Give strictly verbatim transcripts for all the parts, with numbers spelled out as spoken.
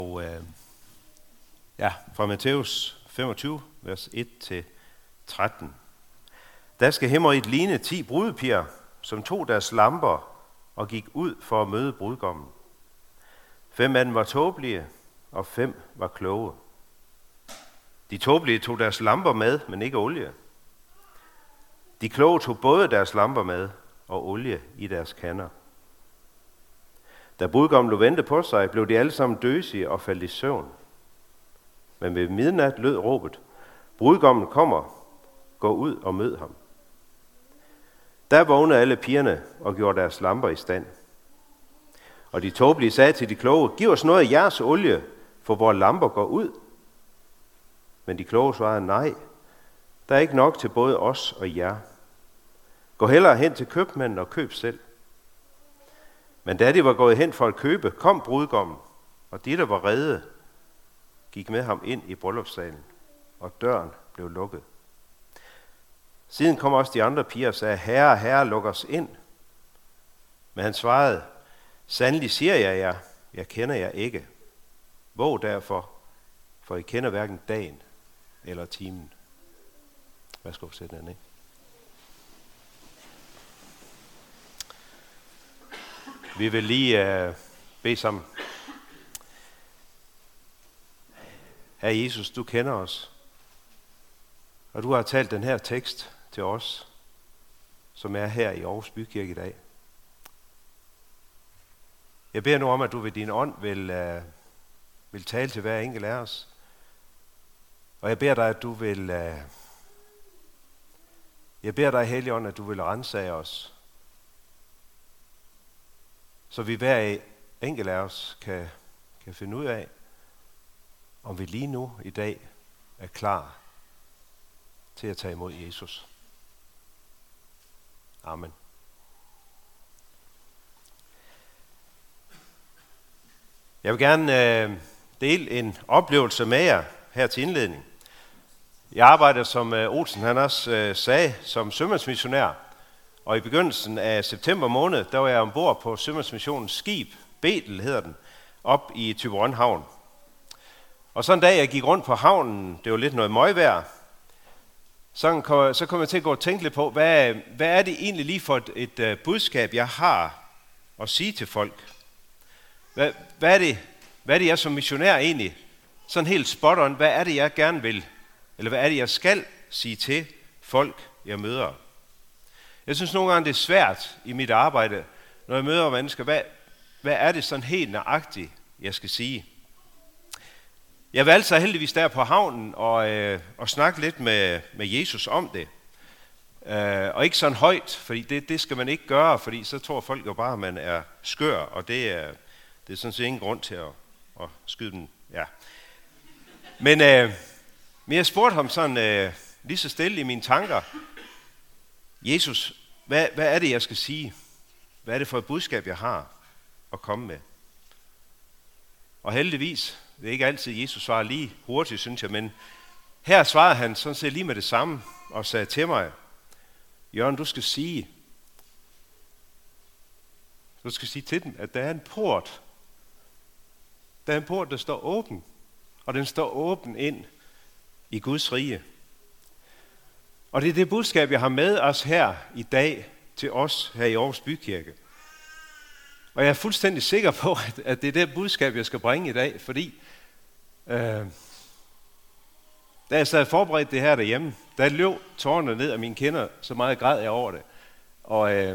Og øh, ja, fra Matthæus femogtyve, vers et til tretten. Der skal himmeriget ligne ti brudepiger, som tog deres lamper og gik ud for at møde brudgommen. Fem af dem var tåbelige, og fem var kloge. De tåbelige tog deres lamper med, men ikke olie. De kloge tog både deres lamper med og olie i deres kander. Da brudgommen lå vente på sig, blev de alle sammen døsige og faldt i søvn. Men ved midnat lød råbet: brudgommen kommer, gå ud og mød ham. Der vågnede alle pigerne og gjorde deres lamper i stand. Og de tåbelige sagde til de kloge: giv os noget af jeres olie, for vores lamper går ud. Men de kloge svarede: nej, der er ikke nok til både os og jer. Gå hellere hen til købmanden og køb selv. Men da de var gået hen for at købe, kom brudgommen, og de, der var rede, gik med ham ind i bryllupssalen, og døren blev lukket. Siden kom også de andre piger og sagde: herre, herre, luk os ind. Men han svarede: sandelig siger jeg jer, jeg kender jer ikke. Våg derfor, for I kender hverken dagen eller timen. Værsgo, sæt den ned. Vi vil lige uh, bede sammen. Herre Jesus, du kender os, og du har talt den her tekst til os, som er her i Aarhus Bykirke i dag. Jeg beder nu om, at du ved din ånd vil, uh, vil tale til hver enkelt af os. Og jeg beder dig, at du vil, uh, jeg beder dig, Helligånd, at du vil ransage os, så vi hver enkelt af os kan, kan finde ud af, om vi lige nu i dag er klar til at tage imod Jesus. Amen. Jeg vil gerne øh, dele en oplevelse med jer her til indledning. Jeg arbejder, som øh, Olsen han også øh, sagde, som sømandsmissionær. Og i begyndelsen af september måned, der var jeg ombord på Sømandsmissionens skib, Betel hedder den, op i Thyborøn havn. Og så en dag, jeg gik rundt på havnen, det var lidt noget møgvejr, så kom, så kom jeg til at gå og tænke lidt på, hvad, hvad er det egentlig lige for et, et, et budskab, jeg har at sige til folk? Hvad, hvad, er det, hvad er det, jeg som missionær egentlig, sådan helt spot on, hvad er det, jeg gerne vil, eller hvad er det, jeg skal sige til folk, jeg møder? Jeg synes nogle gange, det er svært i mit arbejde, når jeg møder mennesker, hvad, hvad er det sådan helt nøjagtigt, jeg skal sige? Jeg var altså heldigvis der på havnen og, øh, og snakke lidt med, med Jesus om det. Øh, og ikke sådan højt, fordi det, det skal man ikke gøre, fordi så tror folk jo bare, at man er skør, og det er, det er sådan set ingen grund til at, at skyde dem. Ja. Men, øh, men jeg spurgte ham sådan øh, lige så stille i mine tanker: Jesus, hvad, hvad er det, jeg skal sige? Hvad er det for et budskab, jeg har at komme med? Og heldigvis, det er ikke altid, Jesus svarer lige hurtigt, synes jeg, men her svarede han sådan set lige med det samme og sagde til mig: Jørgen, du skal sige, du skal sige til dem, at der er en port. Der er en port, der står åben, og den står åben ind i Guds rige. Og det er det budskab, jeg har med os her i dag til os her i Aarhus Bykirke. Og jeg er fuldstændig sikker på, at det er det budskab, jeg skal bringe i dag, fordi øh, da jeg sad forberedt det her derhjemme, der løb tårerne ned af mine kinder, så meget græd jeg over det. Og, øh,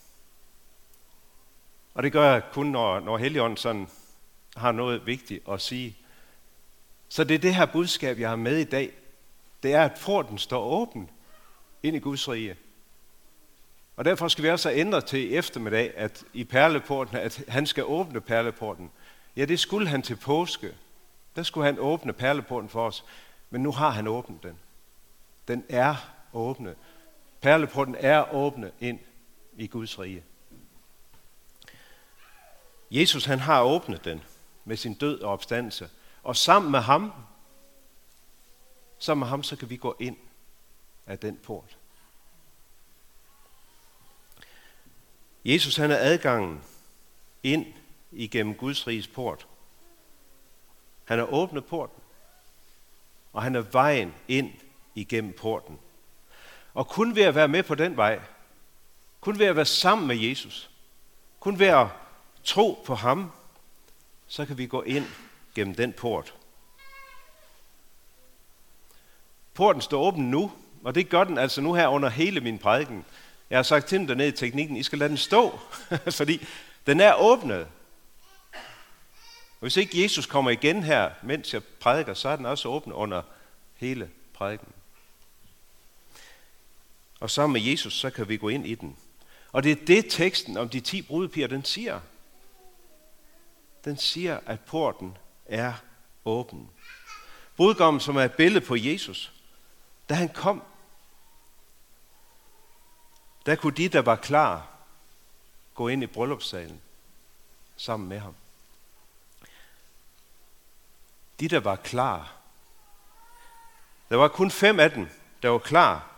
og det gør jeg kun, når, når Helligånden sådan har noget vigtigt at sige. Så det er det her budskab, jeg har med i dag. Det er, at porten står åben ind i Guds rige. Og derfor skal vi også ændre til i eftermiddag, at i perleporten, at han skal åbne perleporten. Ja, det skulle han til påske. Der skulle han åbne perleporten for os. Men nu har han åbnet den. Den er åbne. Perleporten er åbne ind i Guds rige. Jesus, han har åbnet den med sin død og opstandelse. Og sammen med ham, sammen med ham, så kan vi gå ind af den port. Jesus, han er adgangen ind igennem Guds riges port. Han har åbnet porten. Og han er vejen ind igennem porten. Og kun ved at være med på den vej, kun ved at være sammen med Jesus, kun ved at tro på ham, så kan vi gå ind gennem den port. Porten står åben nu, og det gør den altså nu her under hele min prædiken. Jeg har sagt til dem dernede i teknikken, I skal lade den stå, fordi den er åbnet. Og hvis ikke Jesus kommer igen her, mens jeg prædiker, så er den også åbnet under hele prædiken. Og sammen med Jesus, så kan vi gå ind i den. Og det er det teksten om de ti brudepiger, den siger. Den siger, at porten er åben. Brudgommen, som er et billede på Jesus, da han kom, der kunne de, der var klar, gå ind i bryllupssalen sammen med ham. De, der var klar. Der var kun fem af dem, der var klar.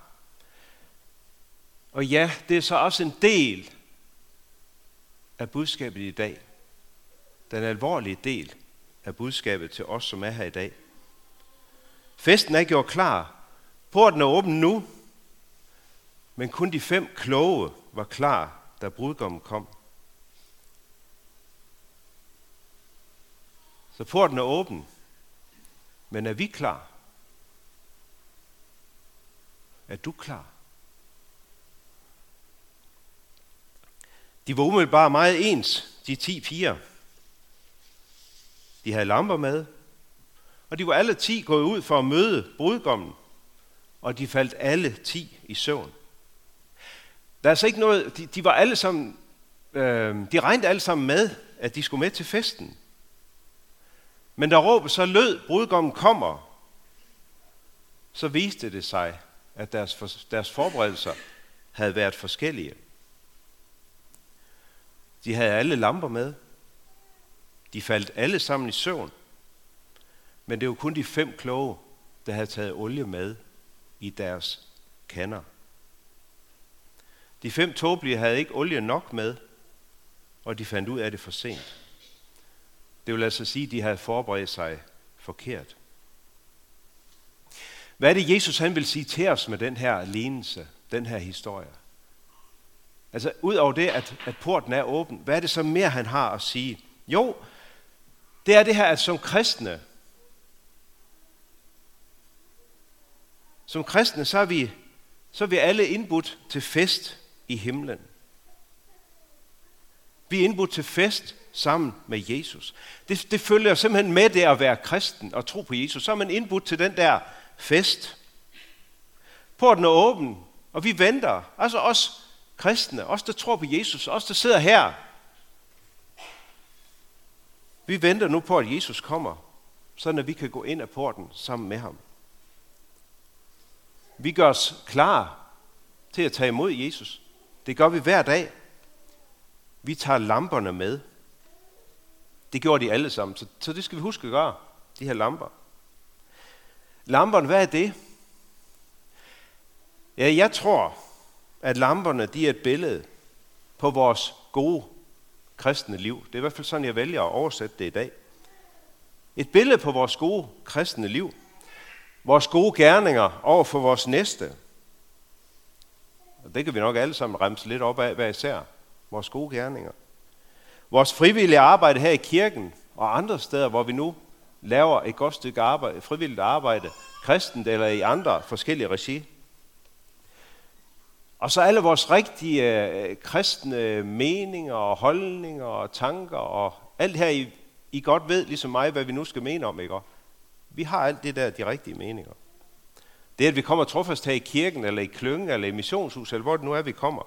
Og ja, det er så også en del af budskabet i dag. Den alvorlige del af budskabet til os, som er her i dag. Festen er gjort klar. Porten er åben nu. Men kun de fem kloge var klar, da brudgommen kom. Så porten er åben. Men er vi klar? Er du klar? De var umiddelbart meget ens, de ti piger. De havde lamper med, og de var alle ti gået ud for at møde brudgommen, og de faldt alle ti i søvn. Der er altså ikke noget, de, de var alle sammen, øh, de regnede alle sammen med, at de skulle med til festen. Men da råbet så lød, brudgommen kommer, så viste det sig, at deres, for, deres forberedelser havde været forskellige. De havde alle lamper med. De faldt alle sammen i søvn. Men det var kun de fem kloge, der havde taget olie med i deres kander. De fem tåbelige havde ikke olie nok med, og de fandt ud af det for sent. Det vil altså sige, at de havde forberedt sig forkert. Hvad er det, Jesus han vil sige til os med den her lignelse, den her historie? Altså, ud over det, at, at porten er åben, hvad er det så mere, han har at sige? Jo, det er det her, at som kristne, som kristne, så er vi, så er vi alle indbudt til fest i himlen. Vi er indbudt til fest sammen med Jesus. Det, det følger simpelthen med det at være kristen og tro på Jesus. Så er man indbudt til den der fest. Porten er åben, og vi venter. Altså os kristne, os der tror på Jesus, os der sidder her. Vi venter nu på, at Jesus kommer, sådan at vi kan gå ind ad porten sammen med ham. Vi gør os klar til at tage imod Jesus. Det gør vi hver dag. Vi tager lamperne med. Det gjorde de alle sammen, så, så det skal vi huske at gøre, de her lamper. Lamperne, hvad er det? Ja, jeg tror, at lamperne, de er et billede på vores gode kristne liv. Det er i hvert fald sådan, jeg vælger at oversætte det i dag. Et billede på vores gode kristne liv. Vores gode gerninger over for vores næste. Og det kan vi nok alle sammen remse lidt op af, hvad især. Vores gode gerninger. Vores frivillige arbejde her i kirken og andre steder, hvor vi nu laver et godt stykke arbejde, frivilligt arbejde, kristent eller i andre forskellige regi. Og så alle vores rigtige øh, kristne meninger og holdninger og tanker og alt her, I, I godt ved, ligesom mig, hvad vi nu skal mene om, ikke? Vi har alt det der, de rigtige meninger. Det er, at vi kommer trofast her i kirken, eller i klyngen, eller i missionshus, eller hvor det nu er, vi kommer.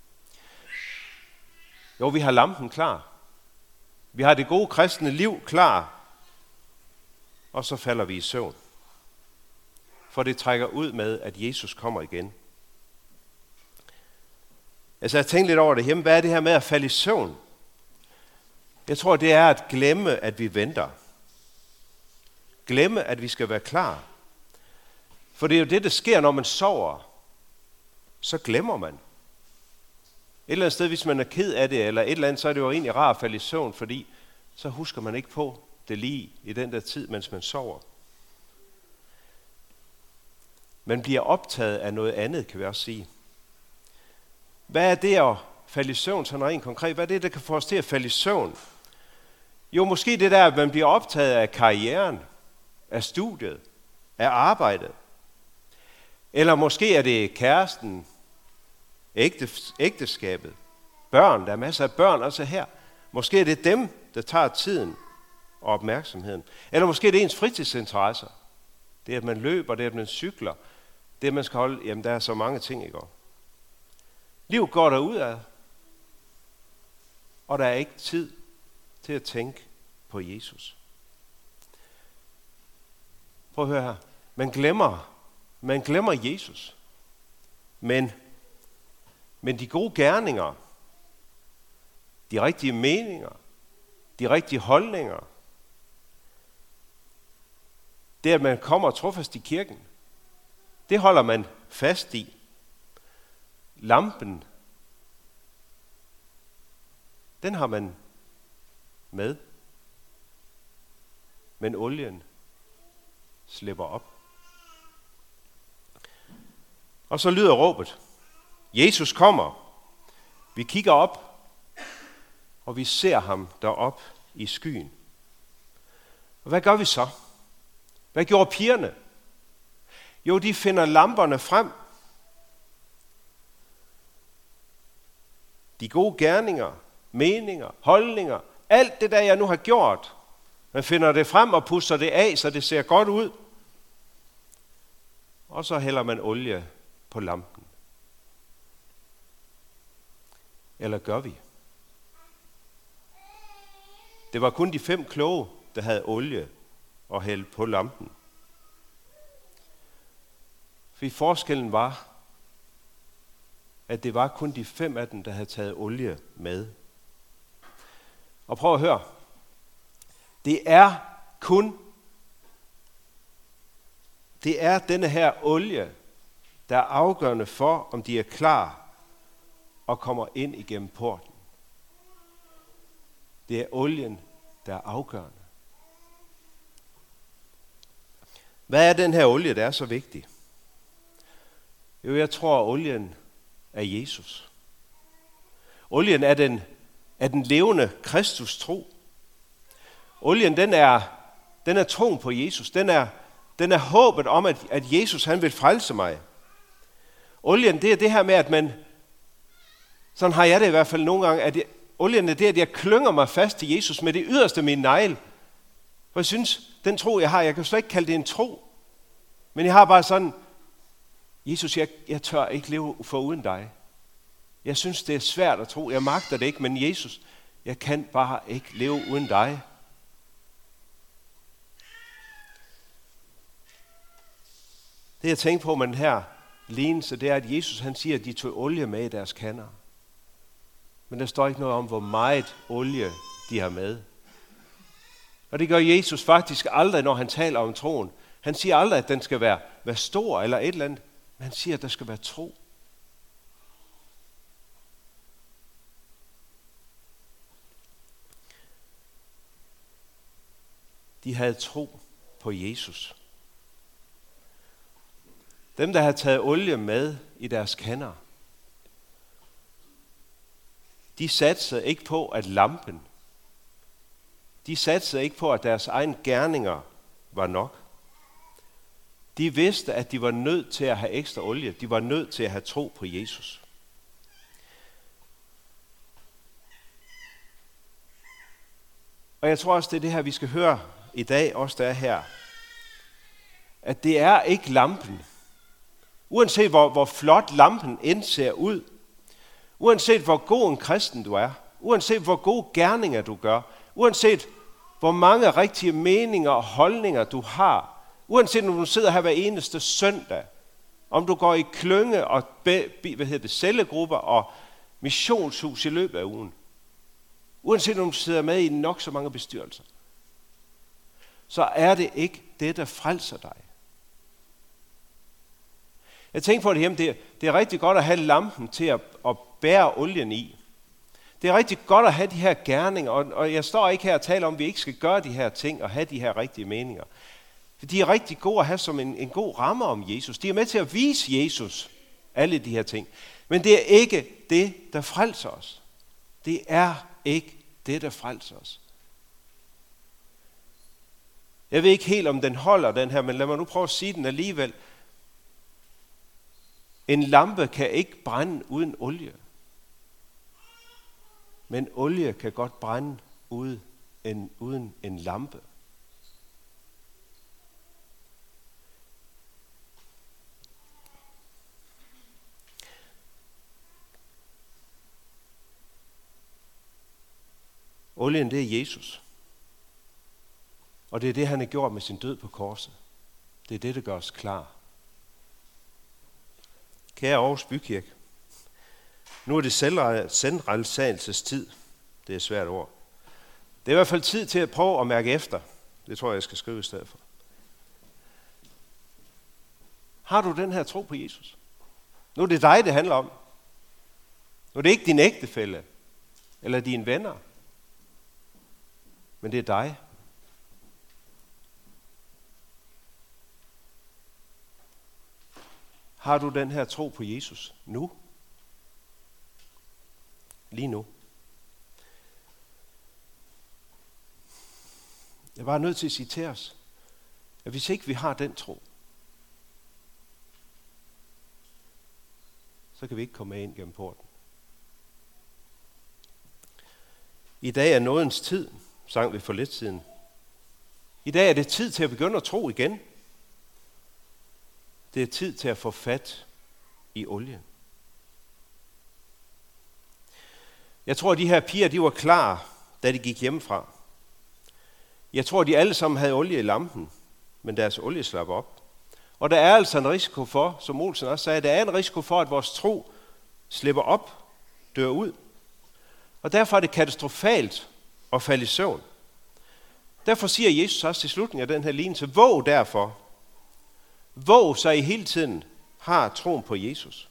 Jo, vi har lampen klar. Vi har det gode kristne liv klar. Og så falder vi i søvn. For det trækker ud med, at Jesus kommer igen. Altså, jeg tænkte lidt over det hjemme. Hvad er det her med at falde i søvn? Jeg tror, det er at glemme, at vi venter. Glemme, at vi skal være klar. For det er jo det, der sker, når man sover. Så glemmer man. Et eller andet sted, hvis man er ked af det, eller et eller andet, så er det jo egentlig rart at falde i søvn, fordi så husker man ikke på, det lige i den der tid, mens man sover. Man bliver optaget af noget andet, kan vi også sige. Hvad er det at falde i søvn, sådan rent konkret? Hvad er det, der kan få os til at falde i søvn? Jo, måske det der, at man bliver optaget af karrieren, af studiet, af arbejdet. Eller måske er det kæresten, ægteskabet, børn. Der er masser af børn også her. Måske er det dem, der tager tiden og opmærksomheden. Eller måske er det ens fritidsinteresser. Det er, at man løber, det er, at man cykler. Det, man skal holde, jamen der er så mange ting i går. Livet går derudad, og der er ikke tid til at tænke på Jesus. Prøv at høre her. Man glemmer, man glemmer Jesus. Men, men de gode gerninger, de rigtige meninger, de rigtige holdninger, det at man kommer trofast i kirken, det holder man fast i. Lampen, den har man med, men olien slipper op. Og så lyder råbet. Jesus kommer. Vi kigger op, og vi ser ham derop i skyen. Og hvad gør vi så? Hvad gjorde pigerne? Jo, de finder lamperne frem. De gode gerninger, meninger, holdninger, alt det der, jeg nu har gjort. Man finder det frem og pusser det af, så det ser godt ud. Og så hælder man olie på lampen. Eller gør vi? Det var kun de fem kloge, der havde olie og hælde på lampen. For forskellen var, at det var kun de fem af dem, der havde taget olie med. Og prøv at høre. Det er kun, det er denne her olie, der er afgørende for, om de er klar og kommer ind igennem porten. Det er olien, der er afgørende. Hvad er den her olie, der er så vigtig? Jo, jeg tror, at olien er Jesus. Olien er den, er den levende Kristus tro. Olien, den er, den er troen på Jesus. Den er, den er håbet om, at, at Jesus han vil frelse mig. Olien, det er det her med, at man, sådan har jeg det i hvert fald nogle gange, at jeg, olien er det, at jeg klynger mig fast til Jesus med det yderste af min negl. For jeg synes, den tro, jeg har, jeg kan slet ikke kalde det en tro. Men jeg har bare sådan, Jesus, jeg, jeg tør ikke leve for uden dig. Jeg synes, det er svært at tro. Jeg magter det ikke, men Jesus, jeg kan bare ikke leve uden dig. Det jeg tænker på med den her lignelse, det er, at Jesus han siger, at de tog olie med i deres kander. Men der står ikke noget om, hvor meget olie de har med. Og det gør Jesus faktisk aldrig, når han taler om troen. Han siger aldrig, at den skal være, være stor eller et eller andet. Men han siger, at der skal være tro. De havde tro på Jesus. Dem, der havde taget olie med i deres kander, de satsede ikke på, at lampen, de satsede ikke på, at deres egen gerninger var nok. De vidste, at de var nødt til at have ekstra olie. De var nødt til at have tro på Jesus. Og jeg tror også, det er det her, vi skal høre i dag, også der er her. At det er ikke lampen. Uanset hvor, hvor flot lampen end ser ud, uanset hvor god en kristen du er, uanset hvor gode gerninger du gør, uanset hvor mange rigtige meninger og holdninger du har, uanset om du sidder her hver eneste søndag, om du går i klynge og be, be, hvad hedder det, cellegrupper og missionshus i løbet af ugen, uanset om du sidder med i nok så mange bestyrelser, så er det ikke det, der frelser dig. Jeg tænker på det hjemme, det, det er rigtig godt at have lampen til at, at bære olien i. Det er rigtig godt at have de her gerninger, og, og jeg står ikke her og taler om, at vi ikke skal gøre de her ting og have de her rigtige meninger. For de er rigtig gode at have som en, en god ramme om Jesus. De er med til at vise Jesus alle de her ting. Men det er ikke det, der frelser os. Det er ikke det, der frelser os. Jeg ved ikke helt, om den holder, den her, men lad mig nu prøve at sige den alligevel. En lampe kan ikke brænde uden olie. Men olie kan godt brænde uden en, uden en lampe. Olien, det er Jesus. Og det er det, han har gjort med sin død på korset. Det er det, der gør os klar. Kære Aarhus Bykirke, nu er det selvrensagelsestid. Det er et svært ord. Det er i hvert fald tid til at prøve at mærke efter. Det tror jeg, jeg skal skrive i stedet for. Har du den her tro på Jesus? Nu er det dig, det handler om. Nu er det ikke din ægtefælle eller dine venner. Men det er dig. Har du den her tro på Jesus nu? Lige nu. Jeg er bare nødt til at sige til os, at hvis ikke vi har den tro, så kan vi ikke komme med ind gennem porten. I dag er nådens tid, sang vi for lidt siden. I dag er det tid til at begynde at tro igen. Det er tid til at få fat i olien. Jeg tror, at de her piger, de var klar, da de gik hjemmefra. Jeg tror, de alle sammen havde olie i lampen, men deres olie slap op. Og der er altså en risiko for, som Olsen også sagde, der er en risiko for, at vores tro slipper op, dør ud. Og derfor er det katastrofalt at falde i søvn. Derfor siger Jesus også til slutningen af den her lignelse, våg derfor. Våg, så I hele tiden har troen på Jesus.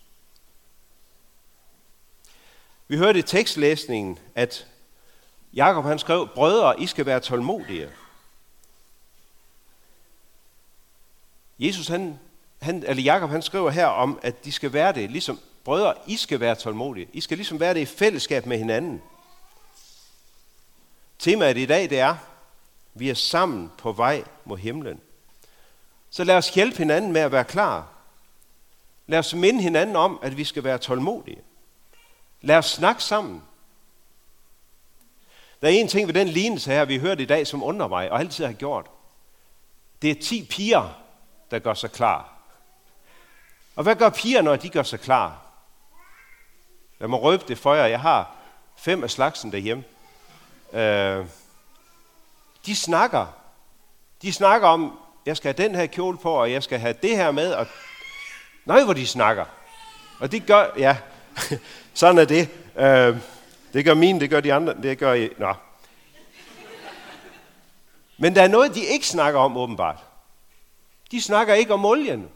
Vi hørte i tekstlæsningen, at Jakob han skrev, brødre, I skal være tålmodige. Jesus, han, han, eller Jakob han skriver her om, at de skal være det, ligesom brødre, I skal være tålmodige. I skal ligesom være det i fællesskab med hinanden. Temaet i dag, det er, vi er sammen på vej mod himlen. Så lad os hjælpe hinanden med at være klar. Lad os minde hinanden om, at vi skal være tålmodige. Lad os snakke sammen. Der er en ting ved den lignelse her, vi hørte i dag, som undrer mig, og altid har gjort. Det er ti piger, der gør sig klar. Og hvad gør piger, når de gør sig klar? Lad mig røbe det for jer. Jeg har fem af slagsen derhjemme. Øh, de snakker. De snakker om, jeg skal have den her kjole på, og jeg skal have det her med. Og nej, hvor de snakker. Og det gør, ja, sådan er det. Øh, det gør mine, det gør de andre, det gør I. Nå. Men der er noget, de ikke snakker om, åbenbart. De snakker ikke om olien.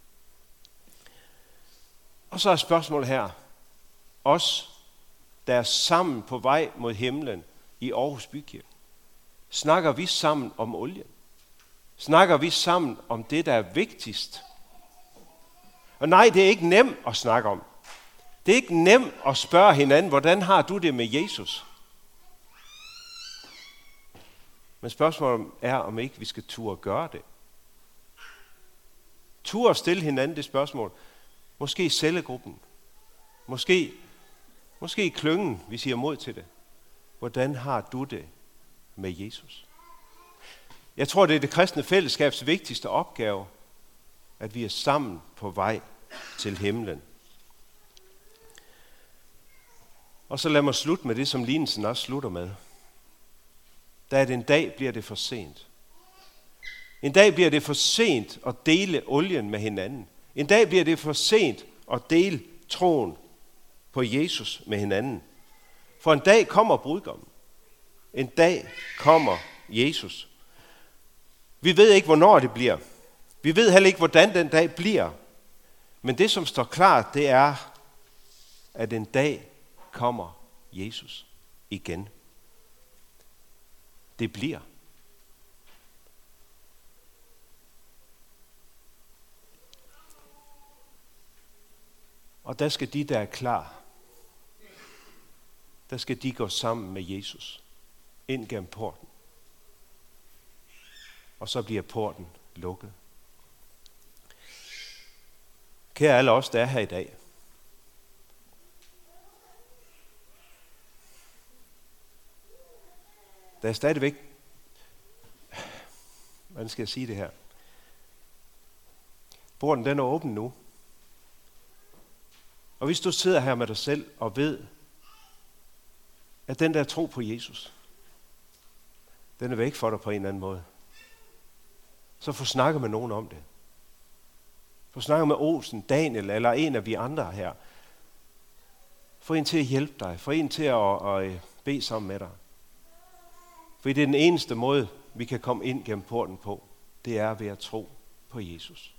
Og så er spørgsmålet her. Os, der er sammen på vej mod himlen i Aarhus Bykirke. Snakker vi sammen om olien? Snakker vi sammen om det, der er vigtigst? Og nej, det er ikke nemt at snakke om. Det er ikke nemt at spørge hinanden, hvordan har du det med Jesus? Men spørgsmålet er, om ikke vi skal turde gøre det. Turde stille hinanden det spørgsmål. Måske i cellegruppen. Måske, måske i klyngen, hvis I har mod til det. Hvordan har du det med Jesus? Jeg tror, det er det kristne fællesskabs vigtigste opgave, at vi er sammen på vej til himlen. Og så lad mig slutte med det, som lignelsen også slutter med. Da er det en dag, bliver det for sent. En dag bliver det for sent at dele olien med hinanden. En dag bliver det for sent at dele troen på Jesus med hinanden. For en dag kommer brudgommen. En dag kommer Jesus. Vi ved ikke, hvornår det bliver. Vi ved heller ikke, hvordan den dag bliver. Men det, som står klart, det er, at en dag kommer Jesus igen. Det bliver. Og der skal de, der er klar, der skal de gå sammen med Jesus ind gennem porten. Og så bliver porten lukket. Kære alle os, der er her i dag. Der er stadigvæk, hvordan skal jeg sige det her? Porten den er åben nu. Og hvis du sidder her med dig selv og ved, at den der tro på Jesus, den er væk for dig på en eller anden måde, så få snakket med nogen om det. Få snakket med Olsen, Daniel eller en af vi andre her. Få en til at hjælpe dig. Få en til at, at bede sammen med dig. For det er den eneste måde, vi kan komme ind gennem porten på. Det er ved at tro på Jesus.